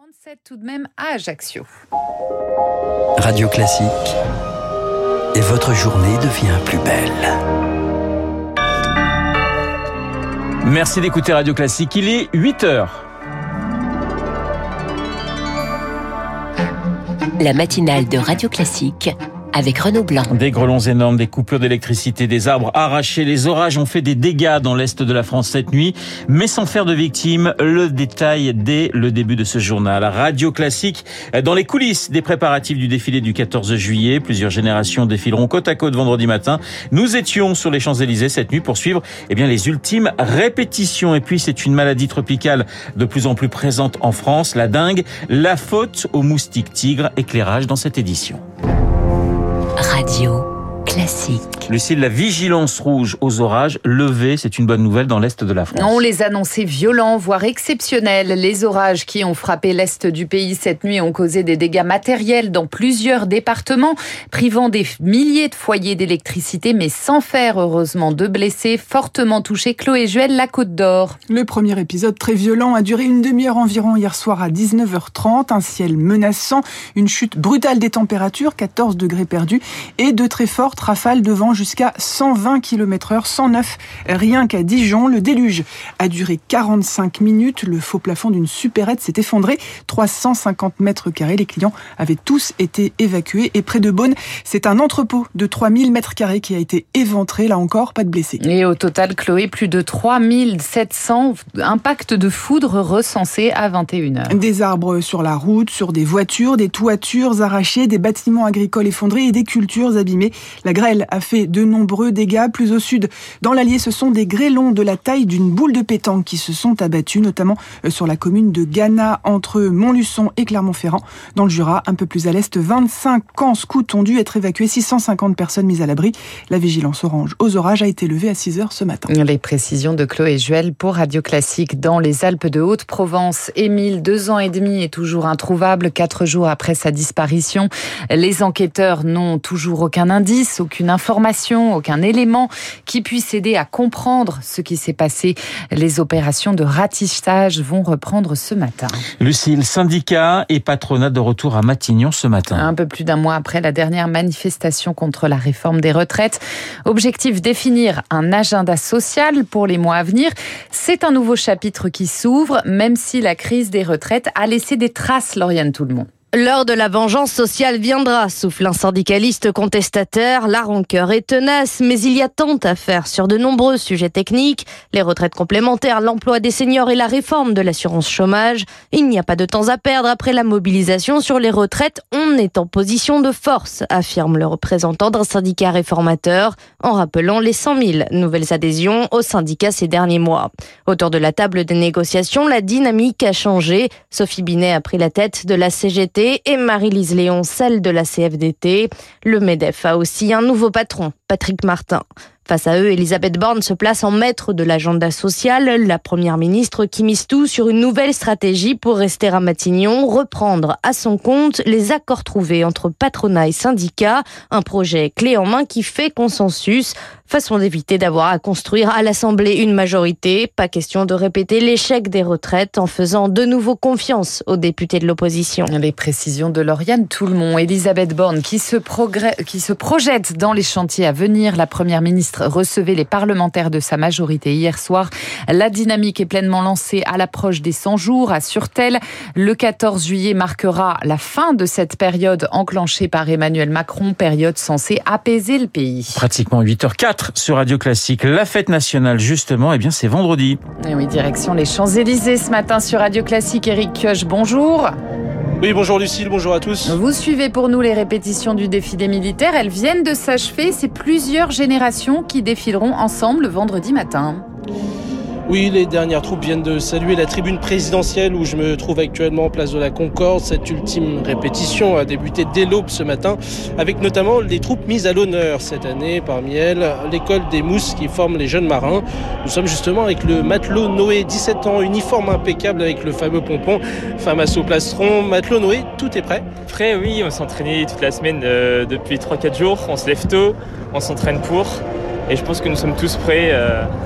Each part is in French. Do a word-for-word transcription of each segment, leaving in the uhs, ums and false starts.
trente-sept tout de même à Ajaccio. Radio Classique. Et votre journée devient plus belle. Merci d'écouter Radio Classique. Il est huit heures. La matinale de Radio Classique avec Renaud Blanc. Des grêlons énormes, des coupures d'électricité, des arbres arrachés. Les orages ont fait des dégâts dans l'est de la France cette nuit, mais sans faire de victimes. Le détail dès le début de ce journal. Radio Classique, dans les coulisses des préparatifs du défilé du quatorze juillet. Plusieurs générations défileront côte à côte vendredi matin. Nous étions sur les Champs-Élysées cette nuit pour suivre eh bien, les ultimes répétitions. Et puis, c'est une maladie tropicale de plus en plus présente en France, la dengue. La faute aux moustiques tigres. Éclairage dans cette édition. Radio Classique. Lucille, la vigilance rouge aux orages levée, c'est une bonne nouvelle dans l'est de la France. On les annonçait violents, voire exceptionnels. Les orages qui ont frappé l'est du pays cette nuit ont causé des dégâts matériels dans plusieurs départements, privant des milliers de foyers d'électricité, mais sans faire heureusement de blessés. Fortement touchés, Chloé Juel, la Côte d'Or. Le premier épisode très violent a duré une demi-heure environ hier soir à dix-neuf heures trente. Un ciel menaçant, une chute brutale des températures, quatorze degrés perdus, et de très fortes rafales de vent jusqu'à cent vingt kilomètres heure, cent neuf rien qu'à Dijon. Le déluge a duré quarante-cinq minutes. Le faux plafond d'une supérette s'est effondré. trois cent cinquante mètres carrés. Les clients avaient tous été évacués. Et près de Beaune, c'est un entrepôt de trois mille mètres carrés qui a été éventré. Là encore, pas de blessés. Et au total, Chloé, plus de trois mille sept cents impacts de foudre recensés à vingt et une heures. Des arbres sur la route, sur des voitures, des toitures arrachées, des bâtiments agricoles effondrés et des cultures abîmées. La grêle a fait de nombreux dégâts. Plus au sud, dans l'Allier, ce sont des grêlons de la taille d'une boule de pétanque qui se sont abattus, notamment sur la commune de Gannat, entre Montluçon et Clermont-Ferrand. Dans le Jura, un peu plus à l'est, vingt-cinq camps scouts ont dû être évacués, six cent cinquante personnes mises à l'abri. La vigilance orange aux orages a été levée à six heures ce matin. Les précisions de Chloé Juel pour Radio Classique. Dans les Alpes de Haute-Provence, Émile, deux ans et demi, est toujours introuvable, quatre jours après sa disparition. Les enquêteurs n'ont toujours aucun indice, aucune information, aucun élément qui puisse aider à comprendre ce qui s'est passé. Les opérations de ratissage vont reprendre ce matin. Lucille, syndicats et patronat de retour à Matignon ce matin. Un peu plus d'un mois après la dernière manifestation contre la réforme des retraites. Objectif, définir un agenda social pour les mois à venir. C'est un nouveau chapitre qui s'ouvre, même si la crise des retraites a laissé des traces, Lauriane Tout-le-Monde. L'heure de la vengeance sociale viendra, souffle un syndicaliste contestataire. La rancœur est tenace, mais il y a tant à faire sur de nombreux sujets techniques. Les retraites complémentaires, l'emploi des seniors et la réforme de l'assurance chômage. Il n'y a pas de temps à perdre après la mobilisation sur les retraites. On est en position de force, affirme le représentant d'un syndicat réformateur, en rappelant les cent mille nouvelles adhésions au syndicat ces derniers mois. Autour de la table des négociations, la dynamique a changé. Sophie Binet a pris la tête de la C G T et Marie-Lise Léon, celle de la C F D T. Le MEDEF a aussi un nouveau patron, Patrick Martin. Face à eux, Elisabeth Borne se place en maître de l'agenda social. La première ministre qui mise tout sur une nouvelle stratégie pour rester à Matignon, reprendre à son compte les accords trouvés entre patronat et syndicats. Un projet clé en main qui fait consensus. Façon d'éviter d'avoir à construire à l'Assemblée une majorité. Pas question de répéter l'échec des retraites en faisant de nouveau confiance aux députés de l'opposition. Les précisions de Lauriane Tout-le-Monde. Elisabeth Borne qui se, progr... qui se projette dans les chantiers à venir. La première ministre recevait les parlementaires de sa majorité hier soir. La dynamique est pleinement lancée à l'approche des cent jours à Surtel. Le quatorze juillet marquera la fin de cette période enclenchée par Emmanuel Macron, période censée apaiser le pays. Pratiquement huit heures quatre sur Radio Classique. La fête nationale, justement, eh bien, c'est vendredi. Et oui, direction les Champs-Élysées ce matin sur Radio Classique. Éric Kioch, bonjour. Oui, bonjour Lucille, bonjour à tous. Vous suivez pour nous les répétitions du défilé militaire. Elles viennent de s'achever. C'est plusieurs générations qui défileront ensemble vendredi matin. Oui, les dernières troupes viennent de saluer la tribune présidentielle où je me trouve actuellement, place de la Concorde. Cette ultime répétition a débuté dès l'aube ce matin, avec notamment les troupes mises à l'honneur cette année. Parmi elles, l'école des Mousses qui forme les jeunes marins. Nous sommes justement avec le matelot Noé, dix-sept ans, uniforme impeccable avec le fameux pompon, Famasso plastron. Matelot Noé, tout est prêt ? Prêt, oui, on s'entraînait toute la semaine euh, depuis trois quatre jours. On se lève tôt, on s'entraîne pour. Et je pense que nous sommes tous prêts euh,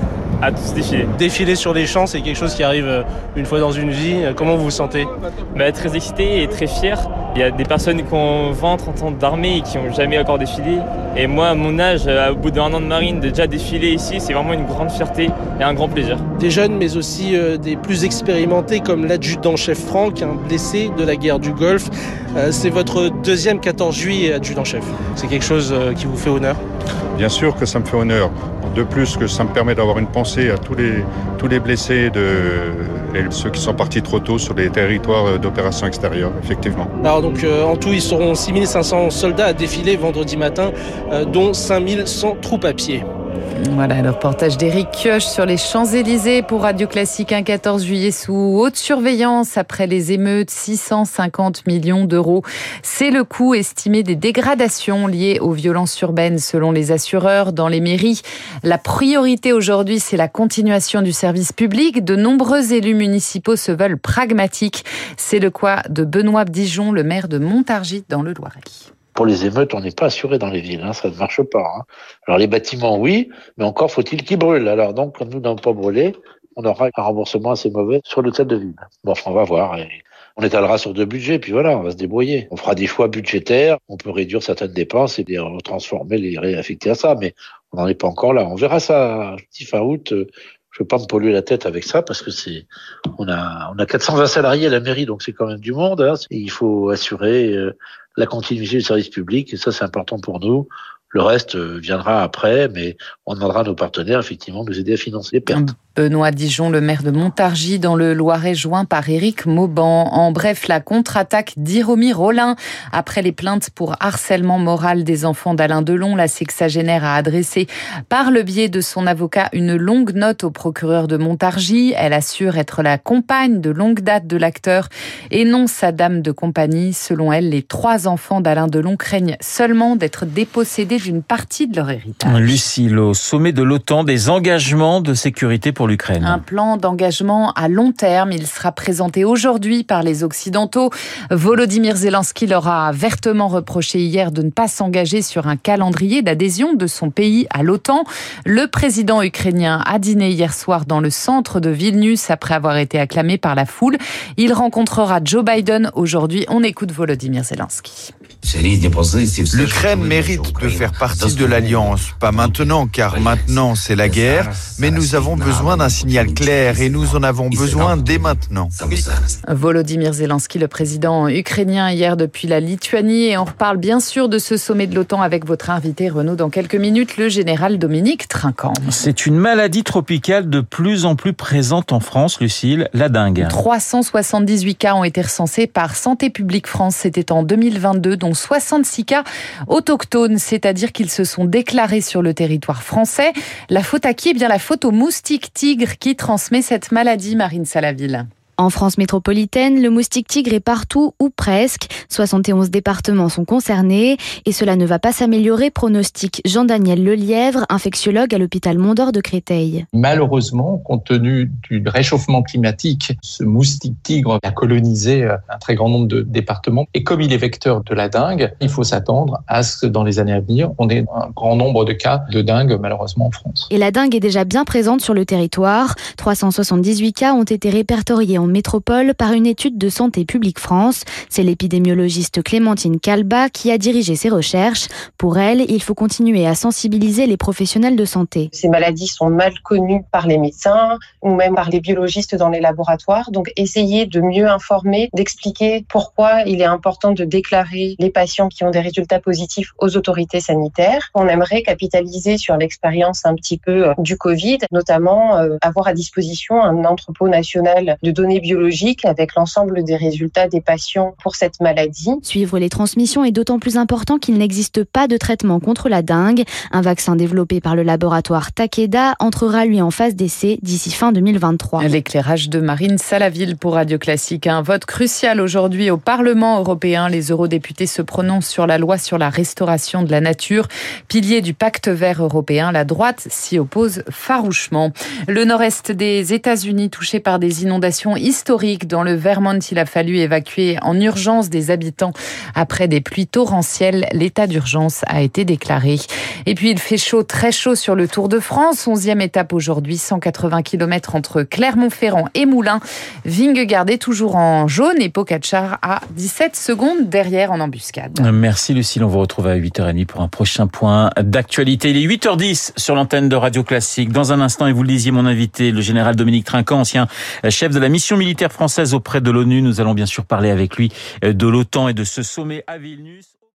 à tous défiler. Défiler sur les champs, c'est quelque chose qui arrive une fois dans une vie. Comment vous vous sentez ? Bah, très excité et très fier. Il y a des personnes qui ont vingt trente ans d'armée et qui n'ont jamais encore défilé. Et moi, à mon âge, au bout d'un an de marine, de déjà défiler ici, c'est vraiment une grande fierté et un grand plaisir. Des jeunes, mais aussi euh, des plus expérimentés, comme l'adjudant-chef Franck, un blessé de la guerre du Golfe. Euh, c'est votre deuxième quatorze juillet adjudant-chef. C'est quelque chose euh, qui vous fait honneur ? Bien sûr que ça me fait honneur. De plus que ça me permet d'avoir une pensée à tous les, tous les blessés de, et ceux qui sont partis trop tôt sur les territoires d'opération extérieure, effectivement. Alors donc euh, en tout, ils seront six mille cinq cents soldats à défiler vendredi matin, euh, dont cinq mille cent troupes à pied. Voilà le reportage d'Éric Kioch sur les Champs-Élysées pour Radio Classique. Un quatorze juillet sous haute surveillance après les émeutes, six cent cinquante millions d'euros. C'est le coût estimé des dégradations liées aux violences urbaines selon les assureurs dans les mairies. La priorité aujourd'hui, c'est la continuation du service public. De nombreux élus municipaux se veulent pragmatiques. C'est le cas de Benoît Dijon, le maire de Montargis dans le Loiret. Pour les émeutes, on n'est pas assuré dans les villes, hein, ça ne marche pas. Hein. Alors les bâtiments, oui, mais encore faut-il qu'ils brûlent. Alors donc, comme nous n'avons pas brûlé, on aura un remboursement assez mauvais sur l'hôtel de ville. Bon, on va voir. Et on étalera sur deux budgets, puis voilà, on va se débrouiller. On fera des choix budgétaires, on peut réduire certaines dépenses et les transformer, les réaffecter à ça, mais on n'en est pas encore là. On verra ça fin août. Je veux pas me polluer la tête avec ça parce que c'est, on a, on a quatre cent vingt salariés à la mairie, donc c'est quand même du monde. Hein. Et il faut assurer euh, la continuité du service public et ça c'est important pour nous. Le reste euh, viendra après, mais on demandera à nos partenaires effectivement de nous aider à financer les pertes. Benoît Dijon, le maire de Montargis dans le Loiret, joint par Éric Mauban. En bref, la contre-attaque d'Hiromi Rollin. Après les plaintes pour harcèlement moral des enfants d'Alain Delon, la sexagénaire a adressé par le biais de son avocat une longue note au procureur de Montargis. Elle assure être la compagne de longue date de l'acteur et non sa dame de compagnie. Selon elle, les trois enfants d'Alain Delon craignent seulement d'être dépossédés d'une partie de leur héritage. Lucille, au sommet de l'OTAN, des engagements de sécurité pour l'Ukraine. Un plan d'engagement à long terme. Il sera présenté aujourd'hui par les Occidentaux. Volodymyr Zelensky leur a vertement reproché hier de ne pas s'engager sur un calendrier d'adhésion de son pays à l'OTAN. Le président ukrainien a dîné hier soir dans le centre de Vilnius après avoir été acclamé par la foule. Il rencontrera Joe Biden aujourd'hui. On écoute Volodymyr Zelensky. L'Ukraine mérite de faire partie de l'Alliance. Pas maintenant, car maintenant c'est la guerre, mais nous avons besoin d'un signal clair et nous en avons besoin dès maintenant. Volodymyr Zelensky, le président ukrainien, hier depuis la Lituanie. Et on reparle bien sûr de ce sommet de l'OTAN avec votre invité Renaud dans quelques minutes, le général Dominique Trinquant. C'est une maladie tropicale de plus en plus présente en France, Lucille, la dengue. trois cent soixante-dix-huit cas ont été recensés par Santé publique France. C'était en deux mille vingt-deux, dont soixante-six cas autochtones, c'est-à-dire qu'ils se sont déclarés sur le territoire français. La faute à qui ? Eh bien, la faute au moustique tigre qui transmet cette maladie, Marine Salaville. En France métropolitaine, le moustique tigre est partout ou presque. soixante et onze départements sont concernés et cela ne va pas s'améliorer, pronostique Jean-Daniel Lelièvre, infectiologue à l'hôpital Mondor de Créteil. Malheureusement, compte tenu du réchauffement climatique, ce moustique tigre a colonisé un très grand nombre de départements et comme il est vecteur de la dengue, il faut s'attendre à ce que dans les années à venir, on ait un grand nombre de cas de dengue malheureusement en France. Et la dengue est déjà bien présente sur le territoire. trois cent soixante-dix-huit cas ont été répertoriés en métropole par une étude de Santé publique France. C'est l'épidémiologiste Clémentine Calba qui a dirigé ces recherches. Pour elle, il faut continuer à sensibiliser les professionnels de santé. Ces maladies sont mal connues par les médecins ou même par les biologistes dans les laboratoires. Donc, essayer de mieux informer, d'expliquer pourquoi il est important de déclarer les patients qui ont des résultats positifs aux autorités sanitaires. On aimerait capitaliser sur l'expérience un petit peu du Covid, notamment euh, avoir à disposition un entrepôt national de données biologiques avec l'ensemble des résultats des patients pour cette maladie. Suivre les transmissions est d'autant plus important qu'il n'existe pas de traitement contre la dengue. Un vaccin développé par le laboratoire Takeda entrera lui en phase d'essai d'ici fin deux mille vingt-trois. L'éclairage de Marine Salaville pour Radio Classique. Un vote crucial aujourd'hui au Parlement européen. Les eurodéputés se prononcent sur la loi sur la restauration de la nature. Pilier du pacte vert européen, la droite s'y oppose farouchement. Le nord-est des États-Unis touché par des inondations historique dans le Vermont. Il a fallu évacuer en urgence des habitants après des pluies torrentielles. L'état d'urgence a été déclaré. Et puis il fait chaud, très chaud sur le Tour de France. onzième étape aujourd'hui, cent quatre-vingts kilomètres entre Clermont-Ferrand et Moulins. Vingegaard est toujours en jaune et Pogačar à dix-sept secondes derrière en embuscade. Merci Lucille, on vous retrouve à huit heures trente pour un prochain point d'actualité. Il est huit heures dix sur l'antenne de Radio Classique. Dans un instant, et vous le disiez, mon invité, le général Dominique Trinquant, ancien chef de la mission militaire française auprès de l'ONU. Nous allons bien sûr parler avec lui de l'OTAN et de ce sommet à Vilnius.